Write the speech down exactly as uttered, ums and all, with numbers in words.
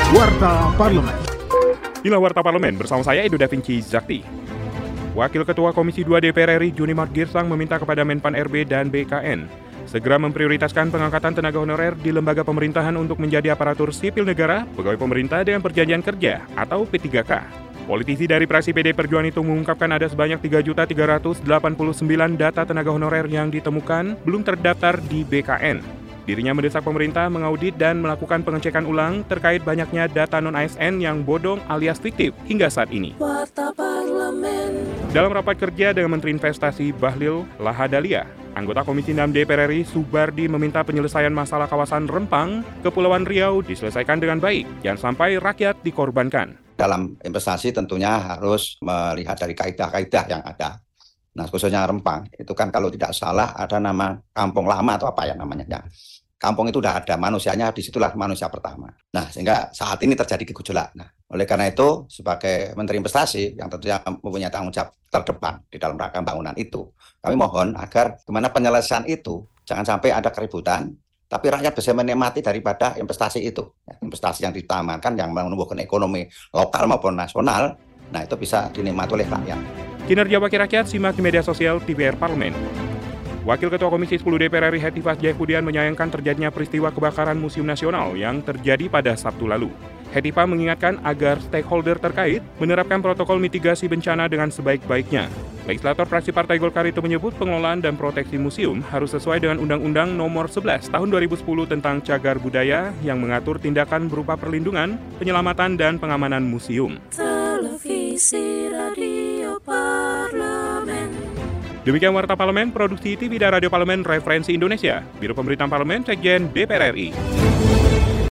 Warta Parlemen. Inilah Warta Parlemen bersama saya Edo Da Vinci Zakti. Wakil Ketua Komisi dua D P R R I Junimart Girsang meminta kepada Menpan R B dan B K N segera memprioritaskan pengangkatan tenaga honorer di lembaga pemerintahan untuk menjadi aparatur sipil negara, pegawai pemerintah dengan perjanjian kerja atau P tiga K. Politisi dari fraksi P D I Perjuangan itu mengungkapkan ada sebanyak tiga juta tiga ratus delapan puluh sembilan data tenaga honorer yang ditemukan belum terdaftar di B K N. Dirinya mendesak pemerintah mengaudit dan melakukan pengecekan ulang terkait banyaknya data non-A S N yang bodong alias fiktif hingga saat ini. Warta Parlemen. Dalam rapat kerja dengan Menteri Investasi Bahlil Lahadalia, anggota Komisi enam D P R R I Subardi meminta penyelesaian masalah kawasan Rempang, Kepulauan Riau diselesaikan dengan baik, jangan sampai rakyat dikorbankan. Dalam investasi tentunya harus melihat dari kaidah-kaidah yang ada. Nah, khususnya Rempang, itu kan kalau tidak salah ada nama kampung lama atau apa ya namanya. Ya. Kampung itu sudah ada, manusianya disitulah manusia pertama. Nah, sehingga saat ini terjadi gejolak. Nah, oleh karena itu, sebagai Menteri Investasi yang tentunya mempunyai tanggung jawab terdepan di dalam rangka pembangunan itu, kami mohon agar gimana penyelesaian itu, jangan sampai ada keributan, tapi rakyat bisa menikmati daripada investasi itu. Ya, investasi yang ditamakan, yang menumbuhkan ekonomi lokal maupun nasional, nah itu bisa dinikmati oleh rakyat. Kinerja Wakil Rakyat simak di media sosial T V R Parlemen. Wakil Ketua Komisi sepuluh D P R R I Hettifah Jaifudian menyayangkan terjadinya peristiwa kebakaran Museum Nasional yang terjadi pada Sabtu lalu. Hettifah mengingatkan agar stakeholder terkait menerapkan protokol mitigasi bencana dengan sebaik-baiknya. Legislator fraksi Partai Golkar itu menyebut pengelolaan dan proteksi museum harus sesuai dengan Undang-Undang Nomor sebelas Tahun dua ribu sepuluh tentang Cagar Budaya yang mengatur tindakan berupa perlindungan, penyelamatan, dan pengamanan museum. Televisi Radio Parlemen. Demikian Warta Parlemen, produksi T V dan Radio Parlemen Referensi Indonesia, Biro Pemberitaan Parlemen, Sekjen D P R R I.